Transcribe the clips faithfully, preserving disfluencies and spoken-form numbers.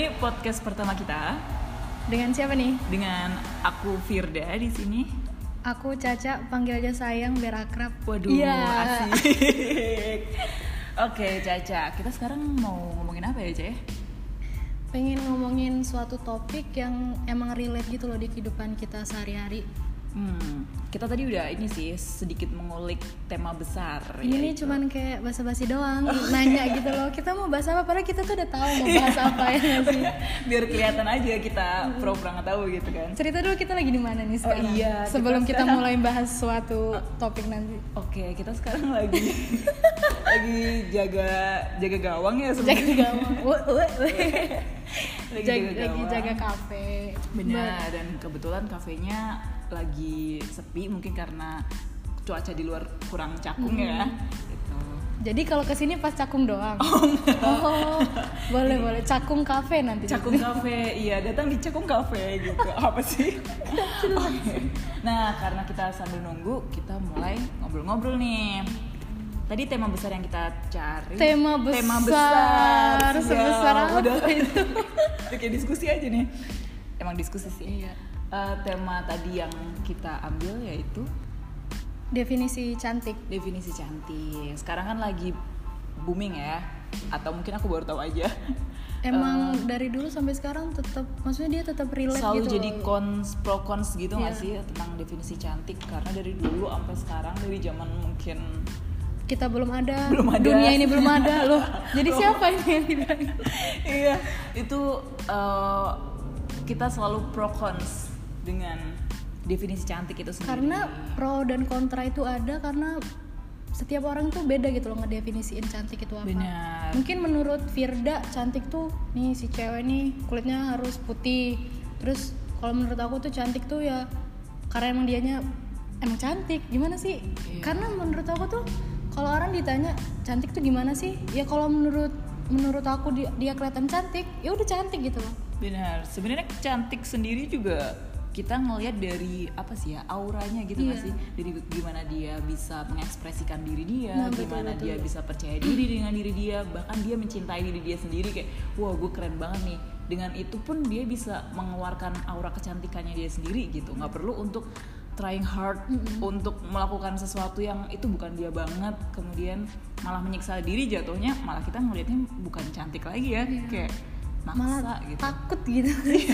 podcast pertama kita. Dengan siapa nih? Dengan aku Firda di sini. Aku Caca, panggil aja sayang biar akrab. Waduh, yeah. Asik. Oke, Caca, kita sekarang mau ngomongin apa ya, Caca? Pengen ngomongin suatu topik yang emang relate gitu loh di kehidupan kita sehari-hari. Hmm, kita tadi udah ini sih sedikit mengulik tema besar. Ini yaitu... cuman kayak basa-basi doang, nanya gitu loh. Kita mau bahas apa? Padahal kita tuh udah tahu mau bahas apa ya sih. Biar kelihatan aja kita pura-pura nggak tahu gitu kan. Cerita dulu kita lagi di mana nih sekarang? Oh iya. Sebelum kita, kita sekarang... mulai bahas suatu topik nanti. Oke, kita sekarang lagi lagi jaga jaga gawang ya sebenarnya. Jaga gawang. lagi jaga, jaga lagi gawang. jaga kafe. Benar, dan kebetulan kafenya lagi sepi mungkin karena cuaca di luar kurang cakung hmm. ya gitu. Jadi kalau kesini pas cakung doang. Oh, oh boleh boleh cakung kafe nanti. Cakung kafe, iya datang di cakung kafe gitu. Apa sih? Okay. Nah karena kita sambil nunggu kita mulai ngobrol-ngobrol nih. Tadi tema besar yang kita cari. Tema besar. Tema besar. Sebesar ya, apa udah, itu? Udah kayak diskusi aja nih. Emang diskusi sih. Iya. Uh, tema tadi yang kita ambil yaitu definisi cantik. Definisi cantik. Sekarang kan lagi booming ya. Atau mungkin aku baru tahu aja. Emang uh, dari dulu sampai sekarang tetap, maksudnya dia tetap relate selalu gitu. Selalu jadi cons pro cons gitu nggak yeah. sih tentang definisi cantik? Karena dari dulu sampai sekarang, dari zaman mungkin kita belum ada, belum ada. Dunia ini belum ada loh. Jadi siapa ini yang bilang? Iya, itu uh, kita selalu pro cons dengan definisi cantik itu sendiri. Karena pro dan kontra itu ada karena setiap orang tuh beda gitu loh ngedefinisiin cantik itu apa. Benar. Mungkin menurut Firda cantik tuh nih si cewek nih kulitnya harus putih. Terus kalau menurut aku tuh cantik tuh ya karena emang dianya emang cantik. Gimana sih? Iya. Karena menurut aku tuh kalau orang ditanya cantik tuh gimana sih? Ya kalau menurut menurut aku dia, dia kelihatan cantik, ya udah cantik gitu loh. Benar. Sebenarnya cantik sendiri juga kita ngelihat dari apa sih ya auranya gitu nggak iya. sih, dari gimana dia bisa mengekspresikan diri dia, nah, gimana betul, dia betul. bisa percaya diri dengan diri dia, bahkan dia mencintai diri dia sendiri kayak wah gue keren banget nih. Dengan itu pun dia bisa mengeluarkan aura kecantikannya dia sendiri gitu, nggak perlu untuk trying hard mm-hmm. untuk melakukan sesuatu yang itu bukan dia banget, kemudian malah menyiksa diri jatuhnya, malah kita ngelihatnya bukan cantik lagi ya, yeah. kayak maksa malah gitu. Takut gitu.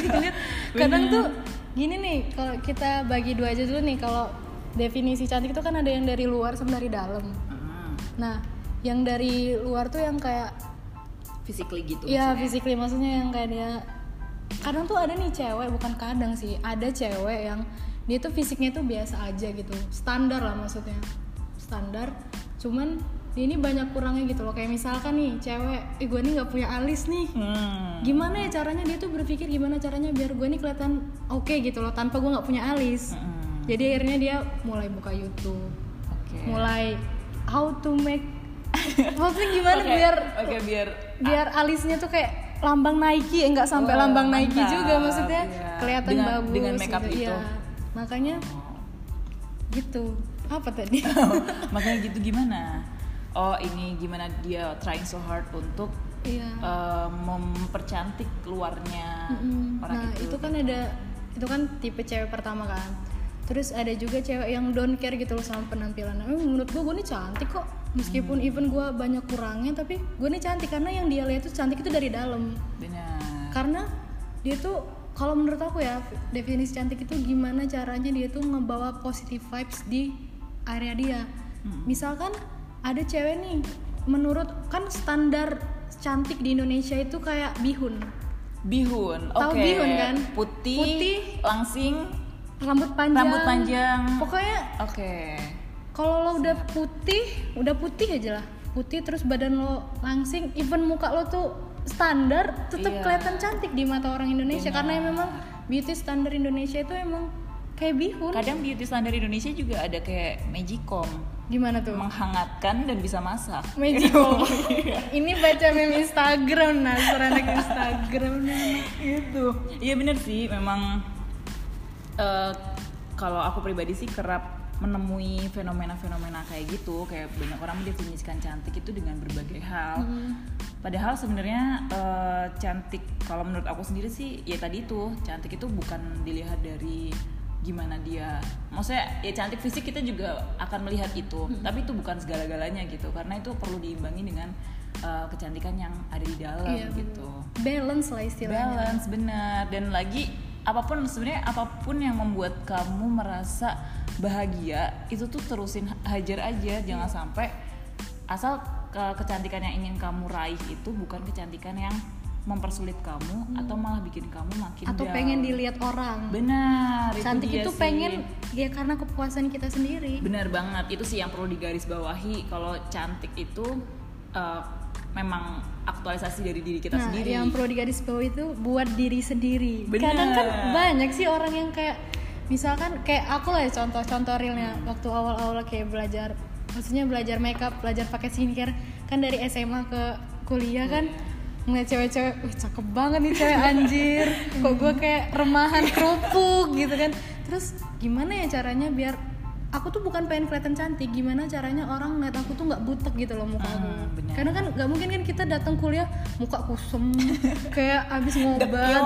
Kadang tuh gini nih, kalau kita bagi dua aja dulu nih, kalau definisi cantik itu kan ada yang dari luar sama dari dalam. Uh-huh. Nah, yang dari luar tuh yang kayak physically gitu. Iya, physically maksudnya yang kayak dia. Kadang tuh ada nih cewek, bukan kadang sih, ada cewek yang dia tuh fisiknya tuh biasa aja gitu, standar lah maksudnya, standar. Cuman dia ini banyak kurangnya gitu loh, kayak misalkan nih cewek, eh gue nih nggak punya alis nih, hmm. gimana ya caranya, dia tuh berpikir gimana caranya biar gue nih kelihatan oke okay gitu loh, tanpa gue nggak punya alis. Hmm. Jadi akhirnya dia mulai buka YouTube, okay. mulai how to make, maksudnya gimana okay. biar, okay, biar, biar alisnya tuh kayak lambang Nike, eh nggak sampai oh, lambang mantap. Nike juga, maksudnya yeah. kelihatan dengan, bagus dengan makeup gitu. itu. Ya, makanya oh. gitu. Apa tadi? Makanya gitu gimana? Oh ini gimana dia trying so hard untuk iya. uh, mempercantik luarnya mm-hmm. orang nah, itu. Nah itu kan ada, itu kan tipe cewek pertama kan. Terus ada juga cewek yang don't care gitu loh sama penampilan. Eh, menurut gue, gue nih cantik kok. Meskipun hmm. even gue banyak kurangnya, tapi gue nih cantik karena yang dia lihat tuh cantik itu dari dalam. Benar. Karena dia tuh, kalau menurut aku ya, definisi cantik itu gimana caranya dia tuh ngebawa positive vibes di area dia. Hmm. Misalkan ada cewek nih, menurut kan standar cantik di Indonesia itu kayak bihun. Bihun, oke. Tahu okay. bihun kan? Putih, Putih, langsing, rambut panjang. Rambut panjang. Pokoknya, oke. Okay. Kalau lo udah putih, udah putih aja lah. Putih terus badan lo langsing, even muka lo tuh standar, tetap iya. kelihatan cantik di mata orang Indonesia. Benar. Karena memang beauty standar Indonesia itu emang kayak bihun. Kadang beauty standar Indonesia juga ada kayak magicom. Gimana tuh? Menghangatkan dan bisa masak. Magicom. Ini baca meme Instagram, Nasr, anak Instagram. Gitu. Iya benar sih, memang uh, kalau aku pribadi sih kerap menemui fenomena-fenomena kayak gitu, kayak banyak orang mendefinisikan cantik itu dengan berbagai hal. Hmm. Padahal sebenarnya uh, cantik kalau menurut aku sendiri sih ya tadi itu cantik itu bukan dilihat dari gimana dia, maksudnya ya cantik fisik kita juga akan melihat itu, hmm. tapi itu bukan segala-galanya gitu, karena itu perlu diimbangi dengan uh, kecantikan yang ada di dalam iya, gitu. Balance lah istilahnya. Balance benar. Dan lagi apapun sebenarnya apapun yang membuat kamu merasa bahagia itu tuh terusin hajar aja, jangan sampai asal ke kecantikan yang ingin kamu raih itu bukan kecantikan yang mempersulit kamu hmm. atau malah bikin kamu makin atau down. pengen dilihat orang. Benar. Cantik itu, itu pengen sih. Ya karena kepuasan kita sendiri. Benar banget. Itu sih yang perlu digarisbawahi. Kalau cantik itu uh, memang aktualisasi dari diri kita nah, sendiri. Yang perlu digarisbawahi itu buat diri sendiri. Benar. Kadang kan banyak sih orang yang kayak misalkan kayak aku lah ya, contoh-contoh realnya hmm. waktu awal-awal kayak belajar, maksudnya belajar makeup, belajar pakai skincare kan dari S M A ke kuliah kan. Ngeliat cewek-cewek, wih cakep banget nih cewek anjir. Kok gue kayak remahan kerupuk gitu kan. Terus gimana ya caranya biar aku tuh bukan pengen kelihatan cantik, gimana caranya orang ngeliat aku tuh nggak butek gitu loh muka aku. Hmm, karena kan nggak mungkin kan kita datang kuliah muka kusem kayak abis ngobat.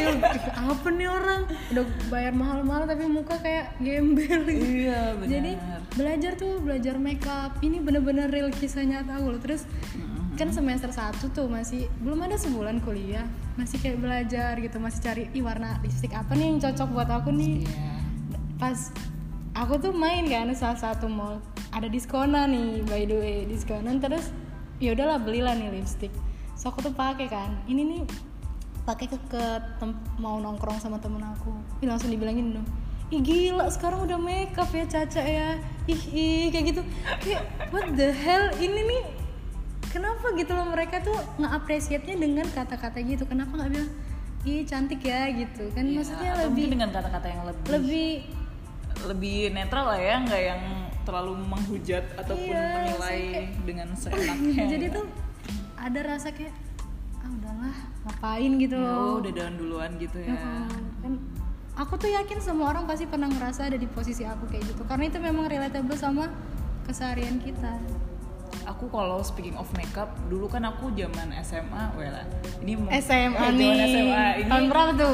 Apa nih orang udah bayar mahal-mahal tapi muka kayak gembel gitu. Iya benar. Jadi belajar tuh belajar makeup ini bener-bener real kisah nyata aku loh. Terus hmm. kan semester satu tuh masih belum ada sebulan kuliah, masih kayak belajar gitu, masih cari ih warna lipstick apa nih yang cocok buat aku nih. Yeah. Pas aku tuh main kan salah satu mall, ada diskonan nih by the way, diskonan terus ya udahlah belilah nih lipstick. So aku tuh pakai kan, ini nih pakai ke, ke tem- mau nongkrong sama temen aku, ih langsung dibilangin dong, ih gila sekarang udah makeup ya Caca ya, ih ih kayak gitu, kayak what the hell ini nih. Kenapa gitu loh mereka tuh nge-appreciate-nya dengan kata-kata gitu. Kenapa nggak bilang ih cantik ya gitu kan ya, maksudnya atau lebih dengan kata-kata yang lebih lebih lebih netral lah ya, nggak yang terlalu menghujat ataupun iya, menilai kayak, dengan seenaknya. Jadi tuh ada rasa kayak ah udahlah ngapain gitu ya, loh. udah down duluan gitu ya. Uh-huh. Kan aku tuh yakin semua orang pasti pernah ngerasa ada di posisi aku kayak gitu karena itu memang relatable sama keseharian kita. Aku kalau speaking of makeup, dulu kan aku zaman S M A, well, ini S M A eh, nih. S M A ini tahun berapa tuh?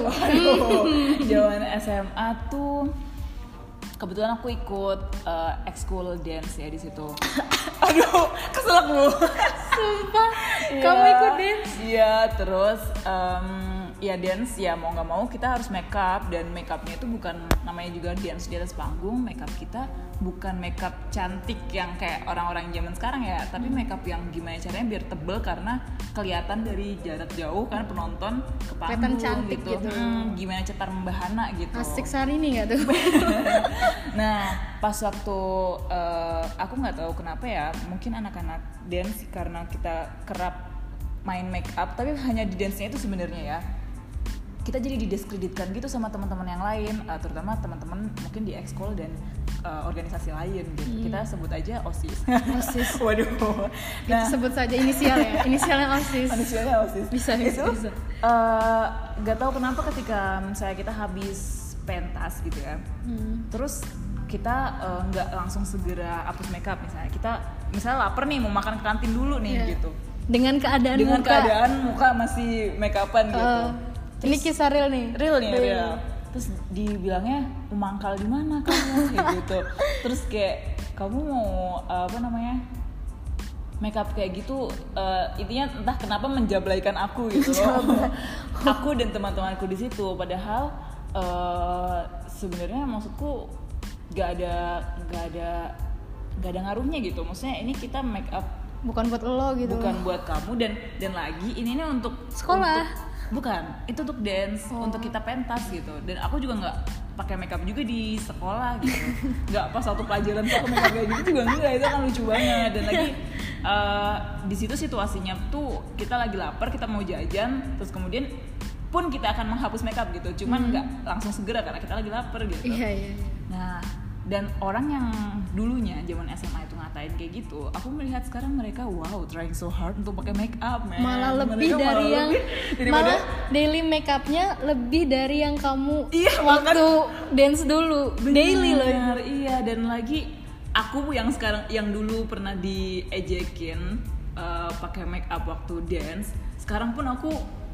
Zaman S M A tuh kebetulan aku ikut uh, ekskul dance ya di situ. Aduh, keselak lu. Sumpah, kamu ikut dance? Iya, terus um, ya dance ya mau nggak mau kita harus makeup, dan makeupnya itu bukan namanya juga dance di atas panggung. Makeup kita bukan makeup cantik yang kayak orang-orang zaman sekarang ya, tapi makeup yang gimana caranya biar tebel karena kelihatan dari jarak jauh kan penonton ke panggung cantik gitu. gitu. Hmm, gimana cetar membahana gitu. Asik Syahrini nggak tuh? Nah pas waktu uh, aku nggak tahu kenapa ya, mungkin anak-anak dance karena kita kerap main make up, tapi hanya di dance-nya itu sebenarnya ya kita jadi didiskreditkan gitu sama teman-teman yang lain, uh, terutama teman-teman mungkin di ekskul dan uh, organisasi lain gitu. Hmm. Kita sebut aja OSIS. OSIS. Waduh. Nah, kita sebut saja inisial ya. Inisialnya OSIS. Inisialnya OSIS. Bisa bisa. Itu, bisa. Uh, gak tahu kenapa ketika misalnya kita habis pentas gitu ya. Hmm. Terus kita nggak uh, langsung segera hapus makeup misalnya. Kita misalnya lapar nih mau makan ke kantin dulu nih yeah. gitu. Dengan keadaan Dengan muka. keadaan muka masih make-upan gitu. Uh, Terus, ini kisah real nih. Real nih, real. real. Terus dibilangnya memangkal di mana kamu kayak gitu. Terus kayak kamu mau uh, apa namanya? Makeup kayak gitu, uh, intinya entah kenapa menjablaikan aku gitu loh. Aku dan teman-temanku di situ, padahal uh, sebenarnya maksudku gak ada gak ada gak ada ngaruhnya gitu. Maksudnya ini kita make up bukan buat lo gitu. Bukan buat kamu, dan dan lagi ini ini untuk sekolah. Untuk, bukan, itu untuk dance, oh. untuk kita pentas gitu. Dan aku juga nggak pakai makeup juga di sekolah gitu. Nggak pas satu pelajaran tuh aku makeup kayak gitu juga enggak, itu kan lucu banget. Dan lagi uh, di situ situasinya tuh kita lagi lapar, kita mau jajan, terus kemudian pun kita akan menghapus makeup gitu. Cuman nggak hmm. langsung segera karena kita lagi lapar gitu. Iya, iya. Nah, dan orang yang dulunya zaman S M A itu ngatain kayak gitu, aku melihat sekarang mereka wow trying so hard untuk pakai make up, man. Malah lebih mereka dari malah yang lebih, malah daily make upnya lebih dari yang kamu iya, waktu kan? Dance dulu. Bener, daily loh. Iya, dan lagi aku yang sekarang yang dulu pernah diejekin uh, pakai make up waktu dance, sekarang pun aku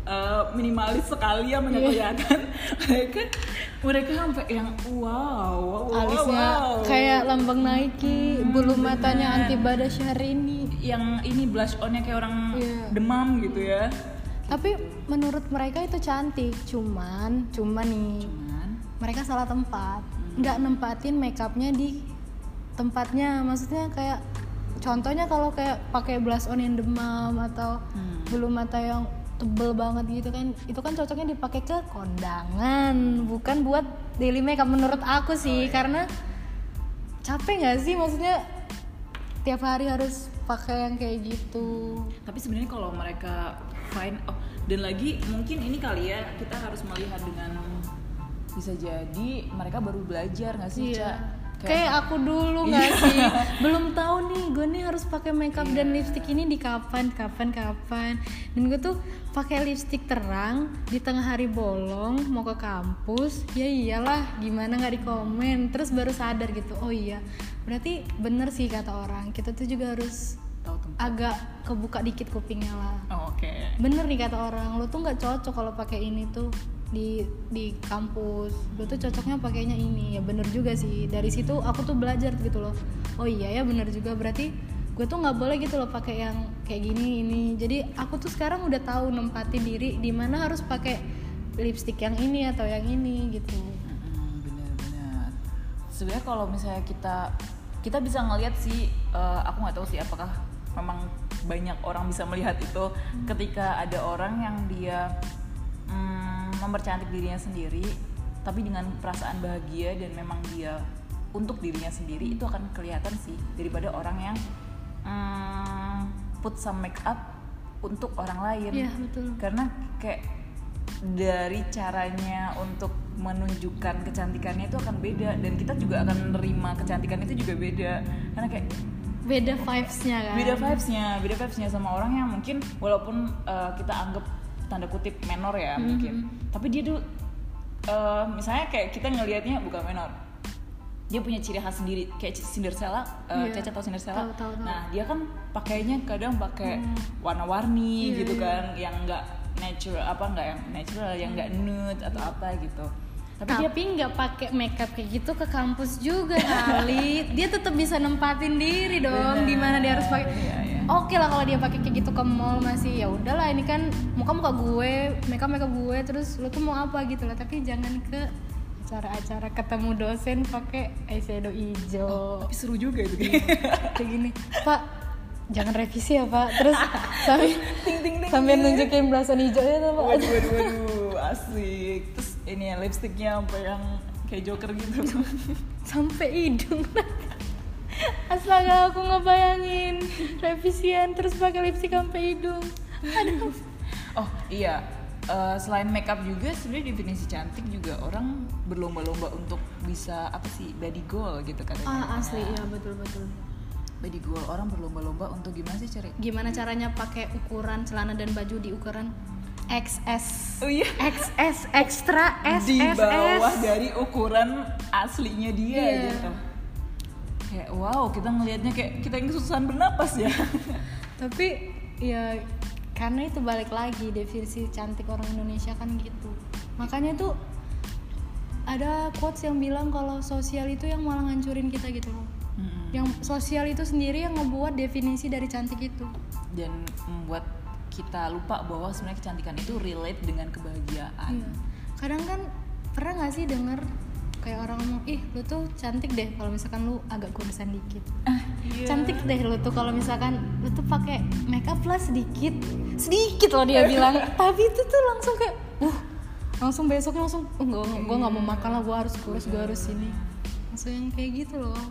uh, minimalis sekali yang kelihatan. mereka mereka sampai yang wow, wow alisnya wow. kayak lambang Nike, hmm, bulu bener. Matanya anti Bada Syahrini, yang ini blush onnya kayak orang yeah. demam gitu ya. Tapi menurut mereka itu cantik, cuman cuman nih cuman mereka salah tempat, hmm. nggak nempatin makeupnya di tempatnya. Maksudnya kayak contohnya kalau kayak pakai blush on yang demam atau hmm. bulu mata yang tebel banget gitu kan, itu kan cocoknya dipakai ke kondangan, bukan buat daily makeup menurut aku sih. Oh, iya. Karena capek nggak sih, maksudnya tiap hari harus pakai yang kayak gitu. Tapi sebenarnya kalau mereka fine, oh, dan lagi mungkin ini kali ya kita harus melihat dengan bisa jadi mereka baru belajar nggak sih, iya. Ca? Kayak, kayak aku dulu nggak sih, belum tahu nih gue nih harus pakai makeup yeah. dan lipstick ini di kapan kapan kapan. Dan gue tuh pakai lipstick terang di tengah hari bolong mau ke kampus, ya iyalah gimana nggak dikomen. Terus baru sadar gitu, oh iya berarti bener sih kata orang, kita tuh juga harus tahu tempat. Agak kebuka dikit kupingnya lah. Oh, oke. Okay. Bener nih kata orang, lo tuh nggak cocok kalau pakai ini tuh di di kampus, lo tuh cocoknya pakainya ini. Ya bener juga sih, dari situ aku tuh belajar gitu loh. Oh iya ya bener juga, berarti gue tuh nggak boleh gitu loh pakai yang kayak gini ini. Jadi aku tuh sekarang udah tahu nempatin diri di mana harus pakai lipstick yang ini atau yang ini gitu. Hmm, benar-benar. Sebenarnya kalau misalnya kita kita bisa ngelihat sih, uh, aku nggak tahu sih apakah memang banyak orang bisa melihat itu hmm. ketika ada orang yang dia hmm, mempercantik dirinya sendiri, tapi dengan perasaan bahagia dan memang dia untuk dirinya sendiri, itu akan kelihatan sih daripada orang yang Hmm, put some make up untuk orang lain. Iya, betul. Karena kayak dari caranya untuk menunjukkan kecantikannya itu akan beda, dan kita juga akan menerima kecantikan itu juga beda. Karena kayak beda vibes-nya kan. Beda vibes-nya, beda vibes-nya sama orang yang mungkin walaupun uh, kita anggap tanda kutip menor ya mm-hmm. mungkin. Tapi dia tuh uh, misalnya kayak kita ngelihatnya bukan menor. Dia punya ciri khas sendiri, kayak Cinderella, uh, yeah. Caca tau Cinderella? Tau, tau, tau. Nah dia kan pakainya kadang pakai hmm. warna-warni yeah, gitu kan, yeah. yang nggak natural, apa nggak yang natural, yang nggak nude atau apa gitu. Tapi, Tapi dia nggak pakai makeup kayak gitu ke kampus juga kali. Dia tetap bisa nempatin diri dong, di mana dia harus pakai. Yeah, yeah. Oke lah kalau dia pakai kayak gitu ke mall masih ya udahlah, ini kan muka-muka gue, makeup-makeup gue, terus lu tuh mau apa gitu lah. Tapi jangan ke acara-acara ketemu dosen pakai eyeshadow hijau. Oh, tapi seru juga itu kayak gini. Pak, jangan revisi ya Pak. Terus sambil ting ting ting sambil nunjukin belasan hijaunya tuh Pak. Waduh, waduh, waduh, asik. Terus ini ya lipstiknya sampai yang kayak Joker gitu. Sampai hidung. Astaga, aku ngebayangin revisian terus pakai lipstik sampai hidung. Aduh. Oh iya. Uh, selain makeup juga sebenarnya definisi cantik juga orang berlomba-lomba untuk bisa apa sih body goal gitu katanya. Ah asli ya, betul betul. Body goal, orang berlomba-lomba untuk gimana sih cari? Gimana caranya pakai ukuran celana dan baju di ukuran X S. Oh iya. X S extra S S di bawah dari ukuran aslinya dia yeah. gitu. Kayak wow, kita ngelihatnya kayak kita yang kesusahan bernapas ya. Tapi ya karena itu balik lagi definisi cantik orang Indonesia kan gitu. Makanya tuh ada quotes yang bilang kalau sosial itu yang malah ngancurin kita gitu loh. Hmm. Yang sosial itu sendiri yang ngebuat definisi dari cantik itu. Dan membuat kita lupa bahwa sebenarnya kecantikan itu relate dengan kebahagiaan. Iya. Kadang kan pernah nggak sih denger kayak orang ngomong, ih lu tuh cantik deh kalau misalkan lu agak kurusan dikit. Ah, yeah. Cantik deh lu tuh kalau misalkan lu tuh pakai makeup lah sedikit, sedikit loh dia bilang. Tapi itu tuh langsung kayak, uh, langsung besoknya langsung, oh, gue gue nggak mau makan lah, gue harus kurus, gue harus ini. Langsung yang kayak gitu loh.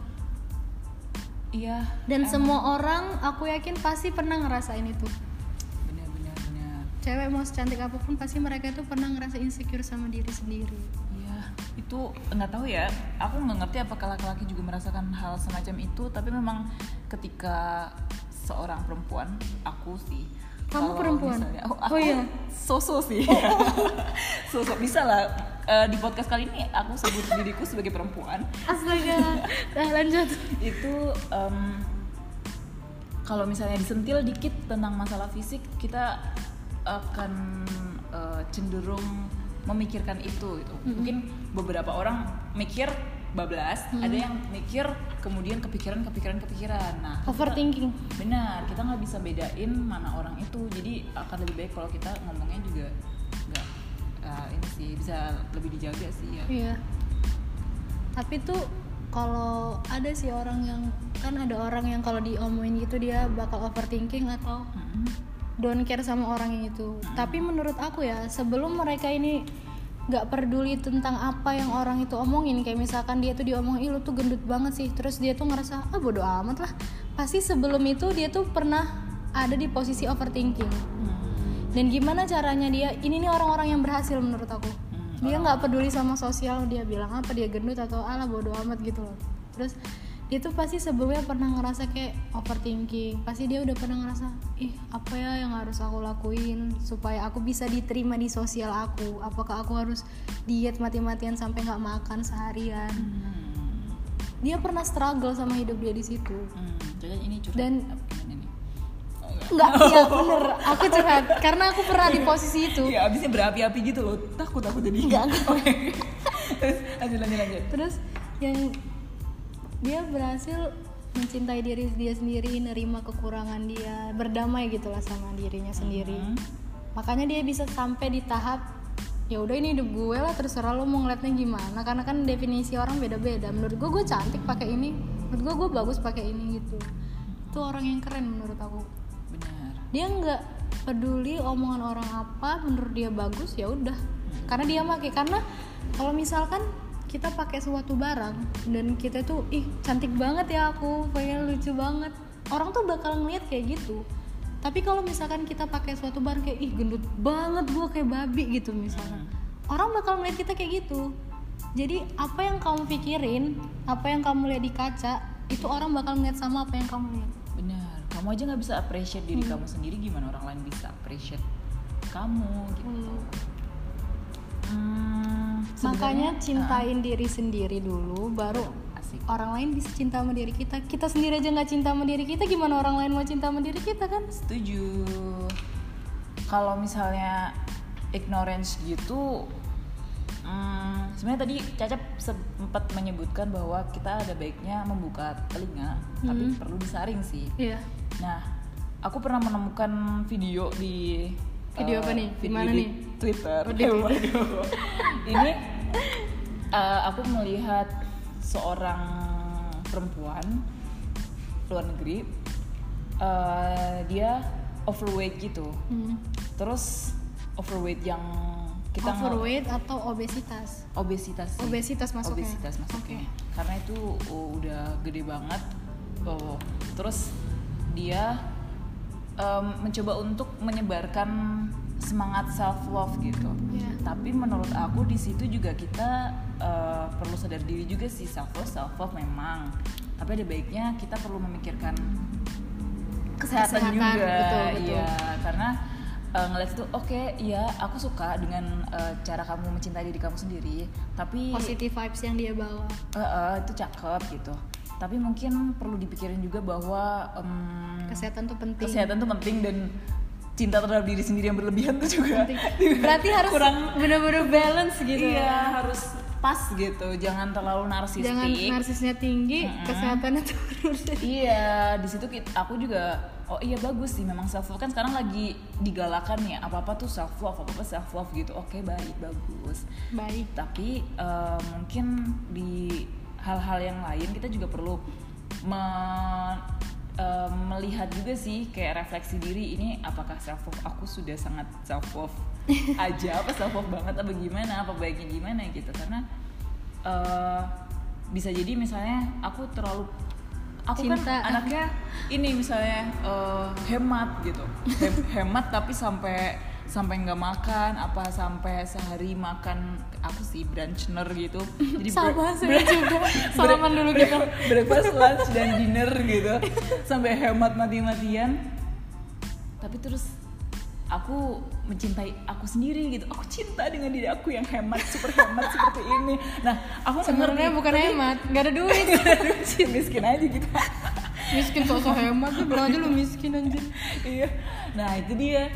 Iya. Dan emang. Semua orang, aku yakin pasti pernah ngerasain itu. Benar-benar. Benar. Cewek mau secantik apapun pasti mereka tuh pernah ngerasa insecure sama diri sendiri. Itu nggak tahu ya, aku nggak ngerti apakah laki-laki juga merasakan hal semacam itu, tapi memang ketika seorang perempuan, aku sih kamu perempuan misalnya, oh, aku oh iya sosok sih oh, oh. sosok bisa lah uh, di podcast kali ini aku sebut diriku sebagai perempuan. Astaga. Nah, lanjut. Itu um, kalau misalnya disentil dikit tentang masalah fisik, kita akan uh, cenderung memikirkan itu gitu. Mm-hmm. Mungkin beberapa orang mikir bablas, mm-hmm. ada yang mikir kemudian kepikiran kepikiran kepikiran. Nah, overthinking. Kita, benar, kita nggak bisa bedain mana orang itu. Jadi akan lebih baik kalau kita ngomongnya juga nggak uh, ini sih bisa lebih dijaga sih ya. Iya. Tapi tuh kalau ada sih orang yang kan ada orang yang kalau diomongin gitu dia bakal overthinking atau mm-hmm. don't care sama orang yang itu. Mm-hmm. Tapi menurut aku ya sebelum mereka ini nggak peduli tentang apa yang orang itu omongin, kayak misalkan dia tuh diomongin, ih lu tuh gendut banget sih, terus dia tuh ngerasa ah bodo amat lah, pasti sebelum itu dia tuh pernah ada di posisi overthinking. Hmm. Dan gimana caranya dia, ini nih orang-orang yang berhasil menurut aku, hmm. dia nggak peduli sama sosial, dia bilang apa dia gendut atau alah bodo amat gitu loh. Terus dia tuh pasti sebelumnya pernah ngerasa kayak overthinking, pasti dia udah pernah ngerasa ih apa ya yang harus aku lakuin supaya aku bisa diterima di sosial aku, apakah aku harus diet mati-matian sampai nggak makan seharian. hmm. Dia pernah struggle sama hidup dia di situ. hmm. ini curhat dan ini. Oh, enggak, iya bener, aku curhat karena aku pernah di posisi itu. Ya abisnya berapi-api gitu loh, takut aku jadi enggak, enggak. Oke. Terus lanjut lanjut lanjut. Terus yang dia berhasil mencintai diri dia sendiri, nerima kekurangan dia, berdamai gitulah sama dirinya sendiri. Mm-hmm. Makanya dia bisa sampai di tahap ya udah ini hidup gue lah, terserah lo mau ngeliatnya gimana, karena kan definisi orang beda-beda. Menurut gue gue cantik pakai ini, menurut gue gue bagus pakai ini gitu. Itu orang yang keren menurut aku. Benar. Dia nggak peduli omongan orang apa, menurut dia bagus ya udah. Mm-hmm. Karena dia pakai, karena kalau misalkan kita pakai suatu barang dan kita tuh ih cantik banget ya aku, pengen lucu banget, orang tuh bakal ngeliat kayak gitu. Tapi kalau misalkan kita pakai suatu barang kayak ih gendut banget gua kayak babi gitu misalnya, hmm. orang bakal ngeliat kita kayak gitu. Jadi apa yang kamu pikirin, apa yang kamu lihat di kaca, itu orang bakal ngeliat sama apa yang kamu lihat. Benar, kamu aja nggak bisa appreciate diri hmm. kamu sendiri, gimana orang lain bisa appreciate kamu gitu. Hmm. Hmm, makanya cintain uh, diri sendiri dulu, baru asik. Orang lain bisa cinta sama diri kita. Kita sendiri aja nggak cinta sama diri kita, gimana orang lain mau cinta sama diri kita kan? Setuju. Kalau misalnya ignorance gitu, hmm, sebenarnya tadi Caca sempat menyebutkan bahwa kita ada baiknya membuka telinga, hmm. tapi perlu disaring sih. Iya. Nah, aku pernah menemukan video di video uh, apa nih? Gimana nih? Twitter. Oh, ini uh, aku melihat seorang perempuan luar negeri, uh, dia overweight gitu. Hmm. Terus overweight yang kita overweight ng- atau obesitas? Obesitas. Sih. Obesitas masuknya. Obesitas masuknya. Okay. Karena itu oh, udah gede banget. Oh, terus dia Um, mencoba untuk menyebarkan semangat self love gitu. Yeah. Tapi menurut aku di situ juga kita uh, perlu sadar diri juga sih, self love self love memang. Tapi ada baiknya kita perlu memikirkan kesehatan, kesehatan juga. Betul, betul. Iya, karena uh, ngeliat itu oke, okay, ya aku suka dengan uh, cara kamu mencintai diri kamu sendiri. Tapi positive vibes yang dia bawa. Uh, uh, itu cakep gitu. Tapi mungkin perlu dipikirin juga bahwa um, kesehatan tuh penting. Kesehatan tuh penting dan cinta terhadap diri sendiri yang berlebihan tuh juga penting. Berarti harus kurang benar-benar balance gitu. Iya, harus pas gitu. Jangan terlalu narsistik. Jangan narsisnya tinggi, mm-hmm. kesehatannya turun. Iya, di situ aku juga oh iya bagus sih, memang self love kan sekarang lagi digalakan ya, apa-apa tuh self love, apa-apa self love gitu. Oke, baik, bagus. Baik. Tapi uh, mungkin di hal-hal yang lain kita juga perlu me- uh, melihat juga sih, kayak refleksi diri, ini apakah self love aku sudah sangat self love aja, apa self love banget, apa gimana, apa baiknya gimana gitu. Karena uh, bisa jadi misalnya aku terlalu aku Cinta. kan anaknya ini misalnya uh, hemat gitu, Hem- hemat tapi sampai sampai nggak makan, apa sampai sehari makan aku sih brunchner gitu. Jadi sama saya juga salaman dulu gitu, breakfast, lunch dan dinner gitu, sampai hemat mati-matian. Tapi terus aku mencintai aku sendiri gitu. Aku cinta dengan diri aku yang hemat, super hemat seperti ini. Nah, aku sebenarnya bukan tapi, hemat, nggak ada duit, miskin aja gitu. Miskin sosok hemat tuh, bilang aja lu miskin anjir. Iya. Nah itu dia.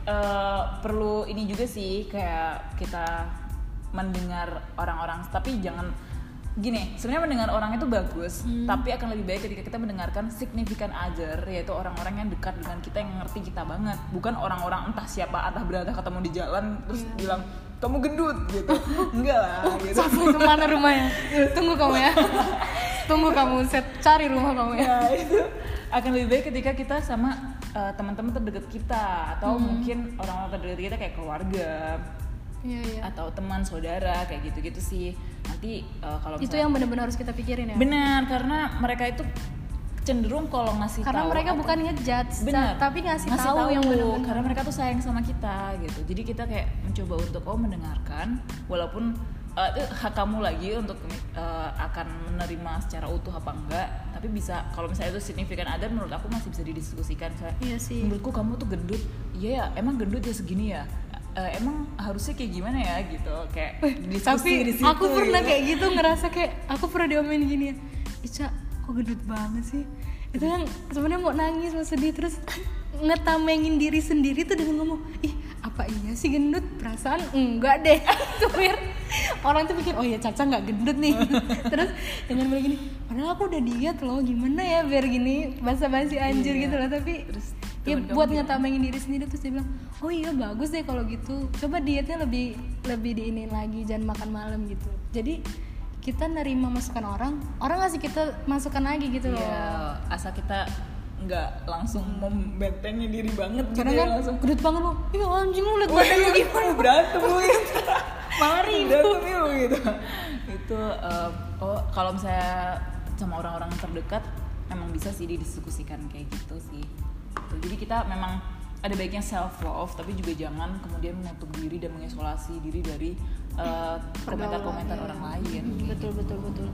uh, perlu ini juga sih kayak kita mendengar orang-orang, tapi jangan gini, sebenarnya mendengar orang itu bagus, hmm. tapi akan lebih baik ketika kita mendengarkan significant other, yaitu orang-orang yang dekat dengan kita, yang ngerti kita banget, bukan orang-orang entah siapa, entah berada ketemu di jalan terus yeah. bilang kamu gendut gitu. Enggak lah gitu. Sampai kemana rumahnya? Tunggu kamu ya. Tunggu kamu set cari rumah kamu ya. Ya itu akan lebih baik ketika kita sama uh, teman-teman terdekat kita, atau hmm. mungkin orang-orang terdekat kita kayak keluarga. Iya, iya. Atau teman, saudara, kayak gitu-gitu sih. Nanti uh, kalau itu yang benar-benar harus kita pikirin ya. Benar, karena mereka itu cenderung kalau ngasih tahu. Karena mereka apa, bukan ngejudge, bener, tapi ngasih, ngasih tahu, tahu yang benar-benar. Karena mereka tuh sayang sama kita gitu. Jadi kita kayak mencoba untuk oh mendengarkan, walaupun uh, itu hak kamu lagi untuk uh, akan menerima secara utuh apa enggak. Tapi bisa kalau misalnya itu signifikan ada, menurut aku masih bisa didiskusikan. Saya, iya sih. Menurutku kamu tuh gendut. Iya ya, emang gendut ya segini ya. Uh, emang harusnya kayak gimana ya gitu, kayak diskusi tapi di situ. Aku pernah gitu. Kayak gitu ngerasa kayak aku pernah diomelin gini ya, Ica kok gendut banget sih. Itu yang sebenarnya mau nangis mau sedih, terus ngetamengin diri sendiri tuh dengan ngomong, ih apa iya sih gendut, perasaan enggak deh. Tuh biar orang tuh pikir oh ya Caca nggak gendut nih. Terus dengan bilang gini, padahal aku udah diet loh, gimana ya biar gini basa-basi anjir iya. gitu loh. Tapi terus ya buat ngetamengin diri sendiri, terus dia bilang oh iya bagus deh kalau gitu, coba dietnya lebih lebih diinin lagi, jangan makan malam gitu. Jadi kita nerima masukan orang, orang ngasih kita masukan lagi gitu loh. Iya, asal kita nggak langsung membentengi diri banget. Karena gitu kan ya, langsung gendut banget lo, iya anjing lu liat badannya gimana, berantem lu gitu. malah ribut berantem lu gitu. Itu uh, oh kalau misalnya sama orang-orang terdekat memang bisa sih didiskusikan kayak gitu sih. Jadi kita memang ada baiknya self love, tapi juga jangan kemudian menutup diri dan mengisolasi diri dari uh, komentar-komentar orang lain. Betul betul betul.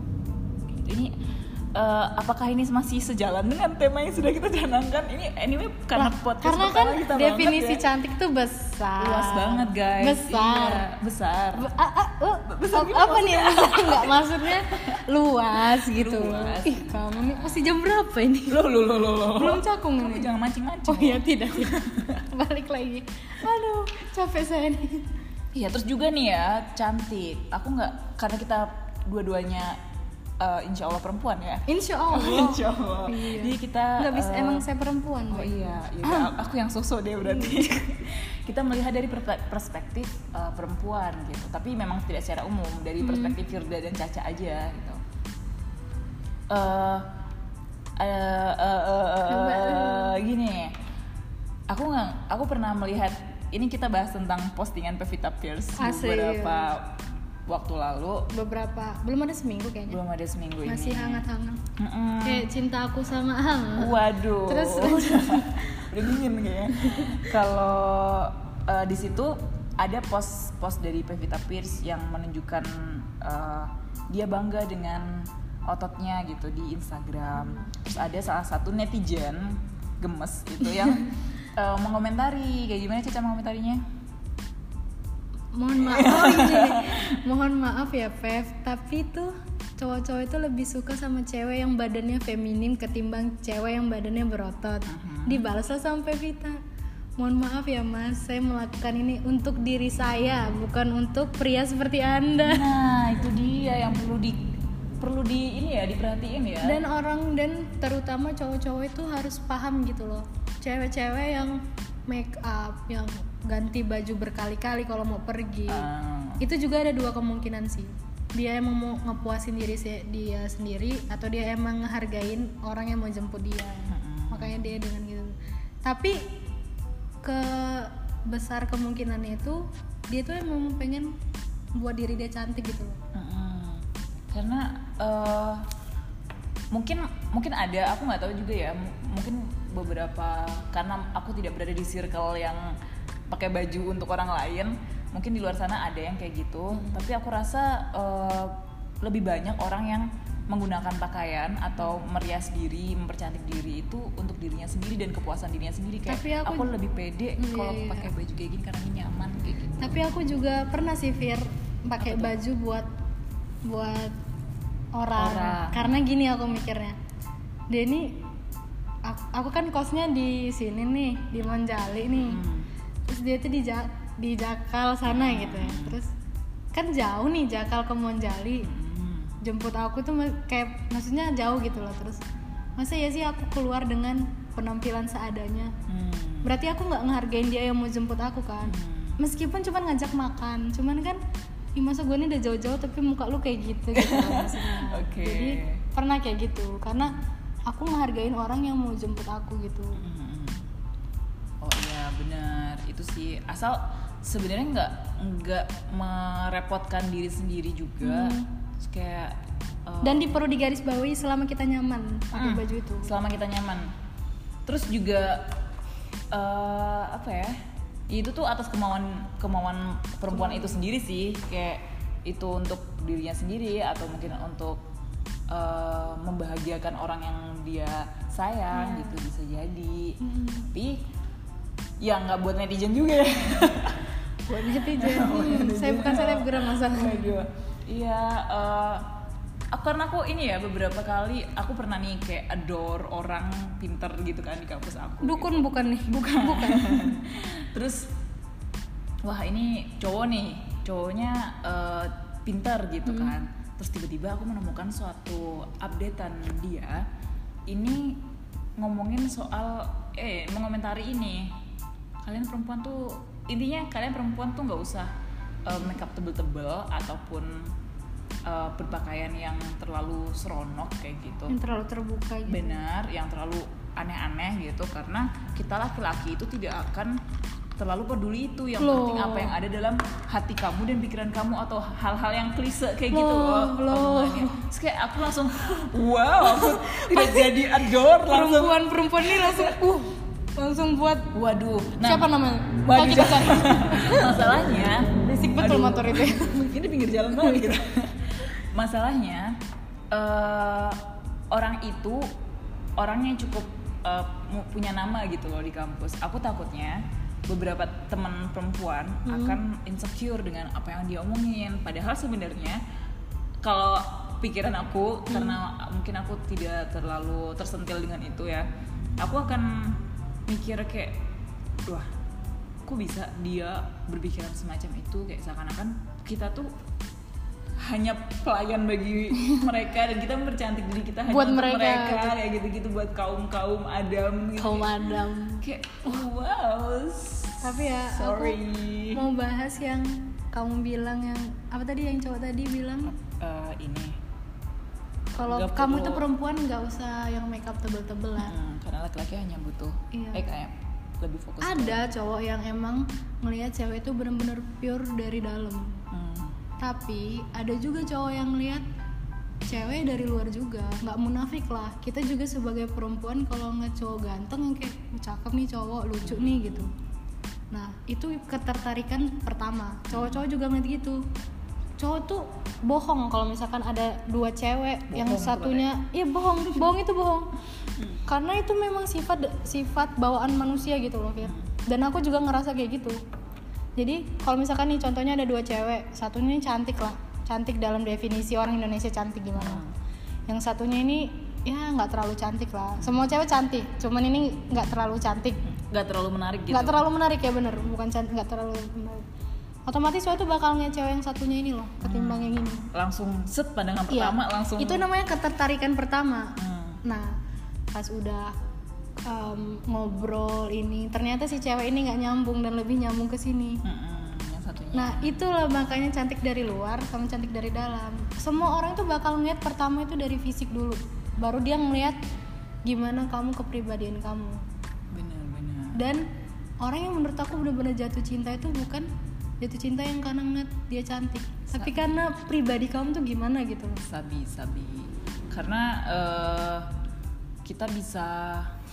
Ini uh, apakah ini masih sejalan dengan tema yang sudah kita canangkan? Ini anyway karena podcast karena pertama kan kita definisi ya. cantik tuh besar. Luas banget guys. Besar. Iya, besar. Be- a- a- uh, besar apa, apa nih besar? Enggak maksudnya luas gitu. Luas. Ih kamu nih masih jam berapa ini? Lo lo lo lo. Belum cakung Kamu nih. jangan mancing-mancing. Oh iya tidak. Balik lagi. Aduh capek saya nih. Iya terus juga nih ya cantik. Aku nggak, karena kita dua-duanya uh, insya Allah perempuan ya. Insya Allah. Insya Allah. Iya. Jadi kita nggak bisa uh, emang saya perempuan. Oh iya, ya, aku yang sosok deh berarti. Kita melihat dari perspektif uh, perempuan gitu. Tapi memang tidak secara umum, dari perspektif hmm. Firda dan Caca aja gitu. Uh, uh, uh, uh, uh, uh, gini, aku nggak, aku pernah melihat. Ini kita bahas tentang postingan Pevita Pierce Asli, beberapa iya. waktu lalu. Beberapa, belum ada seminggu kayaknya. Belum ada seminggu Masih ini. Masih hangat-hangat. Mm-mm. Kayak cinta aku sama hangat. Waduh. Terus udah dingin kayaknya. Kalau uh, di situ ada post-post dari Pevita Pierce yang menunjukkan uh, dia bangga dengan ototnya gitu di Instagram. Terus ada salah satu netizen gemes itu yang Uh, mengomentari, kayak gimana Caca mengomentarinya? Mohon maaf, oh ini mohon maaf ya Pev, tapi tuh cowok-cowok itu lebih suka sama cewek yang badannya feminim ketimbang cewek yang badannya berotot. Uh-huh. Dibalaslah sama Pevita, mohon maaf ya mas, saya melakukan ini untuk diri saya, bukan untuk pria seperti anda. Nah itu dia yang perlu di perlu di ini ya diperhatiin ya. Dan orang dan terutama cowok-cowok itu harus paham gitu loh. Cewek-cewek yang make up, yang ganti baju berkali-kali kalau mau pergi, uh. itu juga ada dua kemungkinan sih. Dia emang mau ngepuasin diri dia sendiri, atau dia emang ngehargain orang yang mau jemput dia. Uh-uh. Makanya dia dengan gitu. Tapi ke besar kemungkinannya itu dia tuh emang pengen buat diri dia cantik gitu loh. Uh-uh. Karena uh, mungkin mungkin ada, aku nggak tahu juga ya, M- mungkin beberapa, karena aku tidak berada di circle yang pakai baju untuk orang lain, mungkin di luar sana ada yang kayak gitu. Hmm. Tapi aku rasa uh, lebih banyak orang yang menggunakan pakaian atau merias diri, mempercantik diri itu untuk dirinya sendiri dan kepuasan dirinya sendiri. Kayak tapi aku, aku lebih pede iya, kalau iya. pakai baju kayak gini karena ini nyaman kayak gitu. Tapi aku juga pernah sih Fir pakai baju buat buat orang. orang. Karena gini aku mikirnya, dia ini aku, aku kan kosnya di sini nih, di Monjali nih. Hmm. terus dia tuh di Ja- di Jakal sana gitu ya. Terus kan jauh nih Jakal ke Monjali, jemput aku tuh ma- kayak maksudnya jauh gitu loh. Terus masa ya sih aku keluar dengan penampilan seadanya, hmm. berarti aku nggak ngehargain dia yang mau jemput aku kan. Meskipun cuma ngajak makan, cuman kan ih masa gue ini udah jauh-jauh tapi muka lu kayak gitu gitu loh maksudnya. Okay. Jadi pernah kayak gitu karena aku ngehargain orang yang mau jemput aku gitu. Hmm. Oh iya benar itu sih, asal sebenarnya nggak nggak merepotkan diri sendiri juga. Hmm. Terus kayak uh, dan di perlu digarisbawahi selama kita nyaman pakai hmm, baju itu. selama kita nyaman. Terus juga uh, apa ya, itu tuh atas kemauan kemauan perempuan itu sendiri sih, kayak itu untuk dirinya sendiri atau mungkin untuk uh, membahagiakan orang yang dia sayang. Hmm. Gitu bisa jadi. Hmm. Tapi ya nggak buat netizen juga ya. Buat netizen. hmm, saya bukan selebgram masalahnya. Iya, uh, karena aku ini ya beberapa kali aku pernah nih kayak adore orang pinter gitu kan di kampus aku. Dukun gitu. bukan nih, bukan bukan. Terus wah ini cowok nih, cowoknya uh, pinter gitu hmm. kan. Terus tiba-tiba aku menemukan suatu updatean dia. Ini ngomongin soal eh mengomentari ini. Kalian perempuan tuh intinya kalian perempuan tuh nggak usah uh, makeup tebel-tebel ataupun uh, berpakaian yang terlalu seronok kayak gitu. Yang terlalu terbuka gitu. Benar, yang terlalu aneh-aneh gitu, karena kita laki-laki itu tidak akan terlalu peduli itu. Yang loh. penting apa yang ada dalam hati kamu dan pikiran kamu, atau hal-hal yang klise kayak loh, gitu loh omongannya. Terus kayak aku langsung wow, aku tidak jadi adore langsung. Perempuan-perempuan ini langsung uh langsung buat waduh. Nah, siapa namanya? Waduh. Kita cari. Masalahnya basic betul motor itu. Ini pinggir jalan banget gitu. Masalahnya uh, orang itu orangnya cukup uh, punya nama gitu loh di kampus. Aku takutnya beberapa teman perempuan hmm. akan insecure dengan apa yang dia omongin. Padahal sebenarnya kalau pikiran aku, hmm. karena mungkin aku tidak terlalu tersentil dengan itu ya, aku akan mikir kayak, wah, kok bisa dia berpikiran semacam itu, kayak seakan-akan kita tuh hanya pelayan bagi mereka dan kita mempercantik diri kita hanya buat untuk mereka, mereka kayak gitu-gitu, buat kaum-kaum Adam gitu. Kaum Adam. Kayak wow. Tapi ya sorry. Aku mau bahas yang kamu bilang yang apa tadi, yang cowok tadi bilang uh, ini kalau kamu tuh perempuan nggak usah yang makeup tebel-tebelan. Hmm, karena laki-laki hanya butuh iya. eh kayak lebih fokus. Ada ke... cowok yang emang ngelihat cewek itu benar-benar pure dari dalam. Hmm. Tapi ada juga cowok yang ngelihat cewek dari luar juga, nggak munafik lah. Kita juga sebagai perempuan kalau ngeliat cowok ganteng yang kayak cakep nih cowok, lucu nih gitu. Nah itu ketertarikan pertama. Cowok-cowok juga ngeliat gitu. Cowok tuh bohong kalau misalkan ada dua cewek bohong, yang satunya iya bohong, bohong itu bohong. Hmm. Karena itu memang sifat sifat bawaan manusia gitu loh, Fir. Dan aku juga ngerasa kayak gitu. Jadi kalau misalkan nih contohnya ada dua cewek, satunya ini cantik lah, cantik dalam definisi orang Indonesia cantik gimana. Hmm. Yang satunya ini ya nggak terlalu cantik lah. Semua cewek cantik, cuman ini nggak terlalu cantik. Nggak terlalu menarik gitu. Nggak terlalu menarik ya bener, bukan cantik, nggak terlalu menarik. Otomatis cowok tuh bakal ngeliat cewek yang satunya ini loh, ketimbang hmm. yang ini. Langsung set pandangan pertama iya. langsung. Itu namanya ketertarikan pertama. Hmm. Nah pas udah um, ngobrol ini, ternyata si cewek ini nggak nyambung dan lebih nyambung ke sini. Hmm, yang satunya. Nah itulah makanya cantik dari luar sama cantik dari dalam. Semua orang tuh bakal ngeliat pertama itu dari fisik dulu, baru dia ngeliat gimana kamu, kepribadian kamu. Benar-benar. Dan orang yang menurut aku benar-benar jatuh cinta itu bukan jatuh cinta yang karena ngeliat dia cantik, sabi. Tapi karena pribadi kamu tuh gimana gitu loh. Sabi, sabi. Karena uh, kita bisa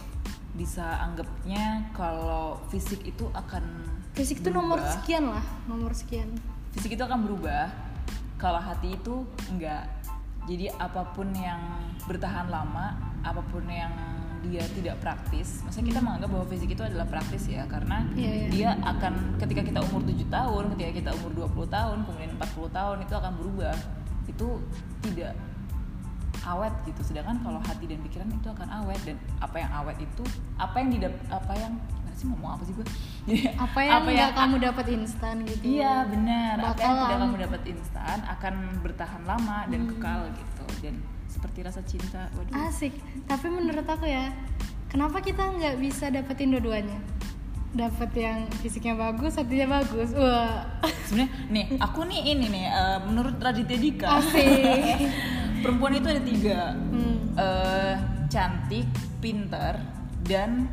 bisa anggapnya kalau fisik itu akan fisik itu nomor sekian lah, nomor sekian. Fisik itu akan berubah. Kalau hati itu enggak. Jadi apapun yang bertahan lama, apapun yang dia tidak praktis, maksudnya kita menganggap bahwa fisik itu adalah praktis ya, karena yeah, yeah. dia akan ketika kita umur tujuh tahun, ketika kita umur dua puluh tahun, kemudian empat puluh tahun itu akan berubah. Itu tidak awet gitu. Sedangkan kalau hati dan pikiran itu akan awet, dan apa yang awet itu apa yang didap apa yang sih ngomong apa sih gue? Jadi apa yang nggak kamu dapat instan gitu. Iya benar. Apa yang tidak Bakalan. kamu dapat instan akan bertahan lama dan Hmm. kekal gitu. Dan seperti rasa cinta. Waduh. Asik. Tapi menurut aku ya, kenapa kita nggak bisa dapetin dua-duanya? Dapat yang fisiknya bagus, hatinya bagus. Wah. Sebenarnya nih, aku nih ini nih uh, menurut Raditya Dika. Asik. Perempuan itu ada tiga. Hmm. Uh, cantik, pintar, dan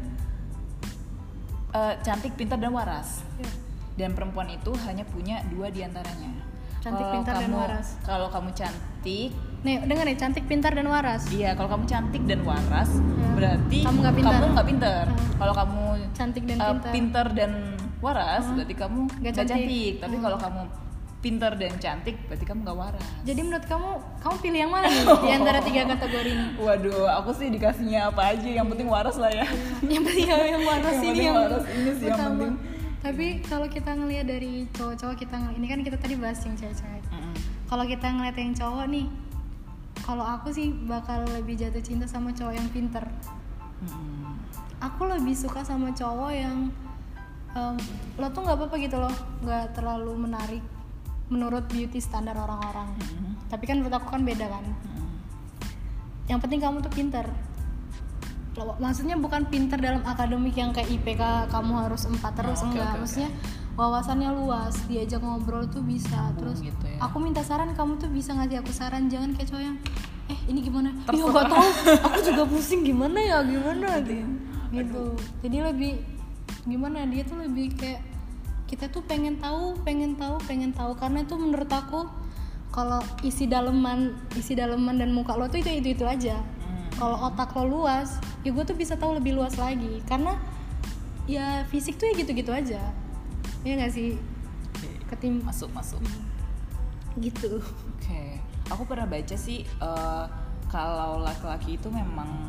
uh, cantik, pintar dan waras. Ya. Dan perempuan itu hanya punya dua diantaranya. Cantik, Kalau pintar, dan kamu- waras. Kalau kamu cantik, Nih, dengar nih, cantik, pintar dan waras. iya. Kalau kamu cantik dan waras, Ya. berarti Kamu nggak pintar. kamu nggak pintar. Hmm. Kalau kamu Cantik dan uh, pintar. pintar dan waras, Hmm. berarti kamu Nggak nggak cantik. cantik. Tapi Hmm. kalau kamu pintar dan cantik, berarti kamu nggak waras. Jadi menurut kamu, kamu pilih yang mana nih di antara tiga kategori ini? Waduh, aku sih dikasihnya apa aja, yang penting waras lah ya. Yang penting yang waras Yang ini penting yang waras ini sih yang utama. penting. Tapi kalau kita ngelihat dari cowok-cowok, kita ngel- ini kan kita tadi bahas yang cewek-cewek. Mm-mm. Kalau kita ngeliat yang cowok nih, kalau aku sih bakal lebih jatuh cinta sama cowok yang pinter. Mm-mm. Aku lebih suka sama cowok yang em, lo tuh nggak apa-apa gitu loh, nggak terlalu menarik menurut beauty standar orang-orang. Mm-mm. Tapi kan menurut aku kan beda kan. Mm-mm. Yang penting kamu tuh pinter. Lo- Maksudnya bukan pinter dalam akademik yang kayak I P K kamu harus empat terus, Oh, oke, enggak. oke, oke. Maksudnya wawasannya luas, diajak ngobrol tuh bisa. Terus gitu ya. aku minta saran, kamu tuh bisa ngasih aku saran, jangan kayak cowok yang eh ini gimana? Ih Terserah. nggak tahu, aku juga pusing gimana ya, gimana gitu. Gitu. Jadi lebih gimana, dia tuh lebih kayak kita tuh pengen tahu, pengen tahu, pengen tahu karena tuh menurut aku kalau isi daleman, isi daleman dan muka lo tuh itu itu itu aja. Hmm. Kalau otak lo luas, ya gue tuh bisa tahu lebih luas lagi. Karena ya fisik tuh ya gitu-gitu aja. Ya nggak sih? Ketim Masuk masuk. gitu. Oke, aku pernah baca sih eh, kalau laki-laki itu memang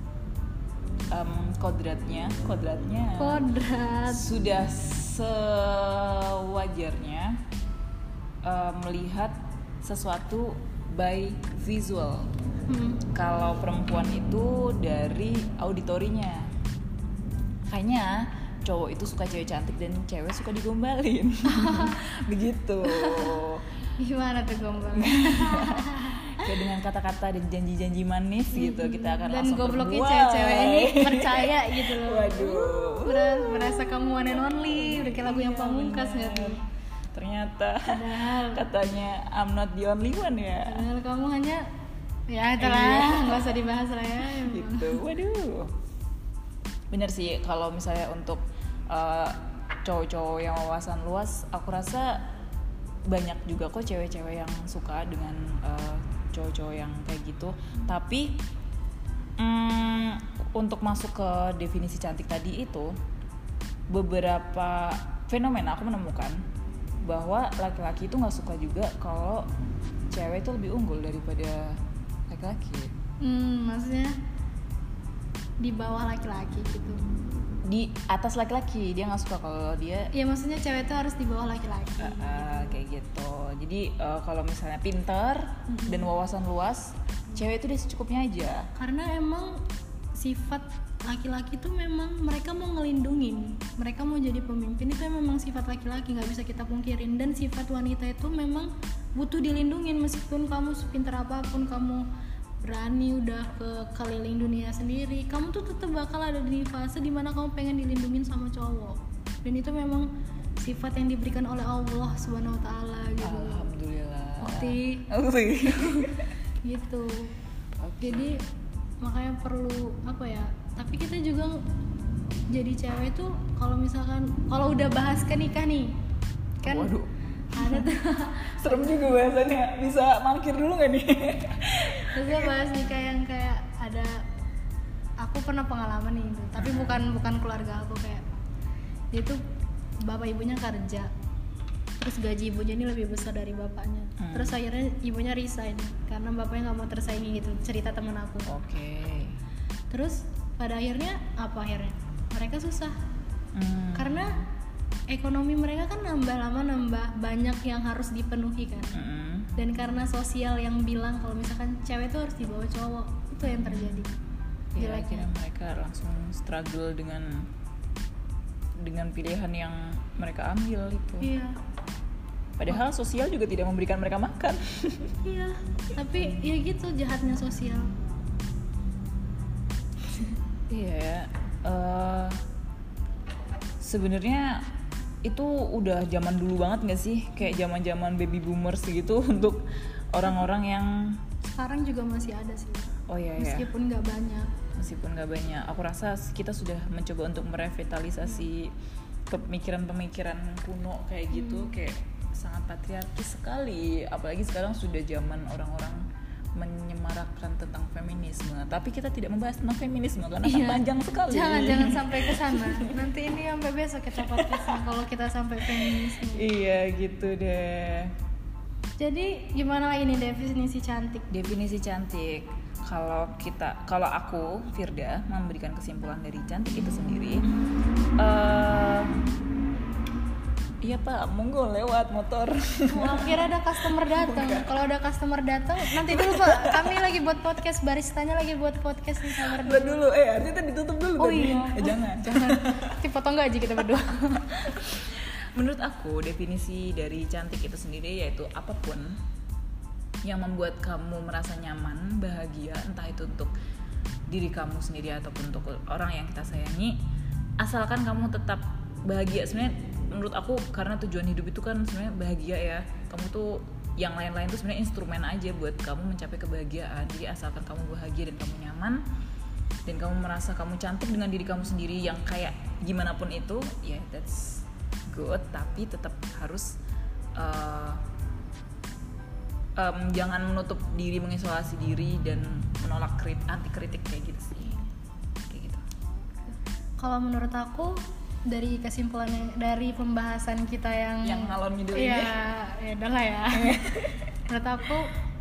em, kodratnya, kodratnya Kodrat. sudah sewajarnya eh, melihat sesuatu by visual. Hmm. Kalau perempuan itu dari auditorinya. Kayaknya cowok itu suka cewek cantik dan cewek suka digombalin. Begitu. Gimana tuh gombal? Kayak dengan kata-kata dan janji-janji manis gitu kita akan Dan langsung gobloknya berbuat. cewek-cewek ini percaya gitu loh. Waduh. Ber- Berasa kamu one and only, udah kayak lagu yang Iya, pamungkas bener. nggak tuh? Ternyata Padahal katanya I'm not the only one ya. Padahal kamu hanya ya itulah, nggak usah dibahas lah ya. Gitu. Waduh. Bener sih kalau misalnya untuk uh, cowok-cowok yang wawasan luas, aku rasa banyak juga kok cewek-cewek yang suka dengan uh, cowok-cowok yang kayak gitu. Tapi mm, untuk masuk ke definisi cantik tadi itu, beberapa fenomena aku menemukan bahwa laki-laki itu nggak suka juga kalau cewek itu lebih unggul daripada laki-laki. Hmm, maksudnya di bawah laki-laki gitu. Di atas laki-laki dia nggak suka kalau dia Ya maksudnya cewek itu harus di bawah laki-laki. uh, uh, kayak gitu. Jadi uh, kalau misalnya pintar Mm-hmm. dan wawasan luas, cewek itu dia secukupnya aja. Karena emang sifat laki-laki tuh memang mereka mau ngelindungin, mereka mau jadi pemimpin, itu memang sifat laki-laki, nggak bisa kita pungkirin. Dan sifat wanita itu memang butuh dilindungin, meskipun kamu sepintar apapun, kamu berani udah ke keliling dunia sendiri, kamu tuh tetap bakal ada di fase dimana kamu pengen dilindungin sama cowok. Dan itu memang sifat yang diberikan oleh Allah Subhanahu Wa Taala gitu. Alhamdulillah. Ukti. Ukti. Gitu. Oke. Jadi makanya perlu apa ya, tapi kita juga jadi cewek tuh kalau misalkan kalau udah bahas ke nikah nih kan. Waduh. Ada tuh Serem juga bahasannya. Bisa mangkir dulu nggak nih? terus gue bahas nikah yang kayak ada, aku pernah pengalaman nih itu, tapi bukan bukan keluarga aku, kayak dia tuh bapak ibunya kerja, terus gaji ibunya ini lebih besar dari bapaknya. Hmm. Terus akhirnya ibunya resign karena bapaknya nggak mau tersaingi gitu, cerita temen aku. Oke. Terus pada akhirnya apa akhirnya mereka susah Hmm. karena ekonomi mereka kan nambah lama nambah banyak yang harus dipenuhi kan. Mm-mm. Dan karena sosial yang bilang kalau misalkan cewek itu harus dibawa cowok, itu yang terjadi Ya, jeleknya. akhirnya mereka langsung struggle dengan dengan pilihan yang mereka ambil itu. Iya. Padahal sosial juga tidak memberikan mereka makan. Iya, tapi ya gitu jahatnya sosial. Iya, uh, sebenarnya itu udah zaman dulu banget nggak sih? Kayak zaman-zaman baby boomers gitu untuk orang-orang yang sekarang juga masih ada sih. Oh iya, meskipun nggak ya. banyak. Meskipun nggak banyak, aku rasa kita sudah mencoba untuk merevitalisasi pemikiran-pemikiran kuno kayak gitu, hmm. kayak sangat patriarkis sekali. Apalagi sekarang sudah zaman orang-orang menyemarakkan tentang feminisme, tapi kita tidak membahas tentang feminisme karena iya. panjang sekali. Jangan jangan sampai ke sana. Nanti ini sampai besok kita podcastnya kalau kita sampai feminisme. Iya gitu deh. Jadi gimana ini definisi cantik? Definisi cantik. Kalau kita, kalau aku Firda memberikan kesimpulan dari cantik itu sendiri. Uh, Iya Pak, monggo lewat motor. Oh, kira ada customer datang. Kalau ada customer datang, nanti dulu Pak. Kami lagi buat podcast, baristanya lagi buat podcast nih, sabar dulu. Buat dulu, eh artinya ditutup dulu. Oh tadi. iya. Eh, jangan. Jangan. Dipotong nggak aja kita berdua. Menurut aku definisi dari cantik itu sendiri yaitu apapun yang membuat kamu merasa nyaman, bahagia, entah itu untuk diri kamu sendiri ataupun untuk orang yang kita sayangi, asalkan kamu tetap bahagia. Sebenarnya menurut aku karena tujuan hidup itu kan sebenarnya bahagia ya. Kamu tuh yang lain-lain tuh sebenarnya instrumen aja buat kamu mencapai kebahagiaan. Jadi asalkan kamu bahagia dan kamu nyaman dan kamu merasa kamu cantik dengan diri kamu sendiri yang kayak gimana pun itu, ya yeah, that's good. Tapi tetap harus uh, um, jangan menutup diri, mengisolasi diri dan menolak krit, anti kritik kayak gitu sih. Kayak gitu. Kalau menurut aku dari kesimpulannya dari pembahasan kita yang yang ngalor ngidul ini, ya, ya udahlah ya. Menurut aku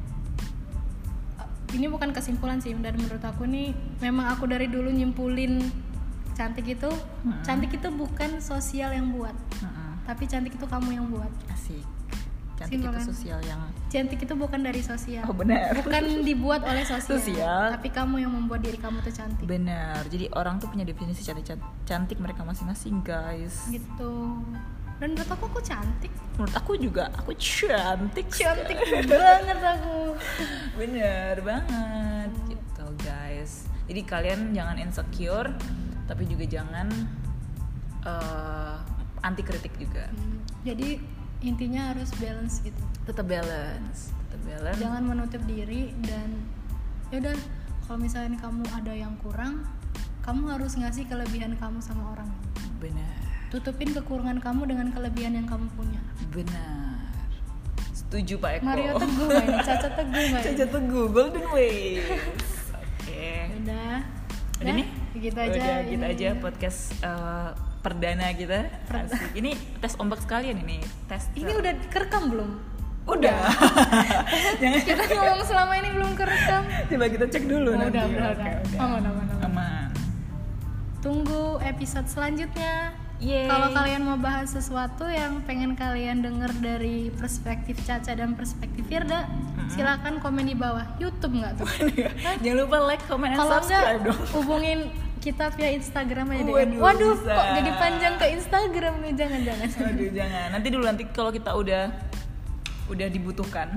ini bukan kesimpulan sih, dari menurut aku nih memang aku dari dulu nyimpulin cantik itu, hmm. cantik itu bukan sosial yang buat, hmm. tapi cantik itu kamu yang buat. Asik. Cantik Simpel, itu kan? Sosial yang cantik itu bukan dari sosial. Oh benar. Bukan dibuat oleh sosial, sosial. Tapi kamu yang membuat diri kamu tuh cantik. Benar. Jadi orang tuh punya definisi cantik cantik mereka masing-masing, guys. Gitu. Dan menurut aku aku cantik. Menurut aku juga aku cantik. Cantik banget aku. Bener banget. Gitu, guys. Jadi kalian jangan insecure, tapi juga jangan uh, anti kritik juga. Hmm. Jadi intinya harus balance gitu. Tetap balance, tetap balance. Jangan menutup diri dan ya udah kalau misalnya kamu ada yang kurang, kamu harus ngasih kelebihan kamu sama orang. Benar. Tutupin kekurangan kamu dengan kelebihan yang kamu punya. Benar. Setuju Pak Eko. Mario Teguh ini, Caca Teguh ini. Caca Teguh, Golden Waves. Oke. Okay. Udah. Udah nih? Gitu aja. Udah, gitu aja podcast uh, perdana kita. Asik. Ini tes ombak sekalian ini. Tes. Ini udah kerekam belum? Udah. Kita ngomong selama ini belum kerekam. Coba kita cek dulu oh, nanti. Udah, udah, udah. Aman, aman, aman. Aman. Tunggu episode selanjutnya. Yeay. Kalau kalian mau bahas sesuatu yang pengen kalian denger dari perspektif Caca dan perspektif Firda, mm-hmm. silakan komen di bawah. YouTube nggak tuh? Jangan lupa like, comment, and Kalo subscribe enggak, dong. Hubungin kita via Instagram aja deh. Waduh, Waduh bisa. Kok jadi panjang ke Instagram nih, jangan-jangan. Waduh, jangan. Nanti dulu nanti kalau kita udah udah dibutuhkan.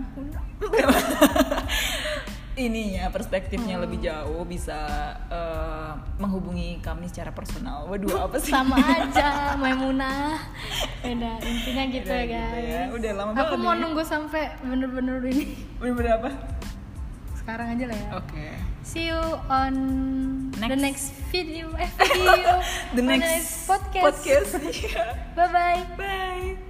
Ininya perspektifnya hmm. lebih jauh bisa uh, menghubungi kami secara personal. Waduh apa sih? Sama aja Maimunah. Udah intinya gitu udah, ya guys. Gitu ya. Udah lama Aku banget. mau nih. nunggu sampai bener-bener ini. Bener-bener apa? Sekarang aja lah ya. Oke. Okay. See you on next. the next video. Eh video. the next, next podcast. Podcast. Bye bye. Bye.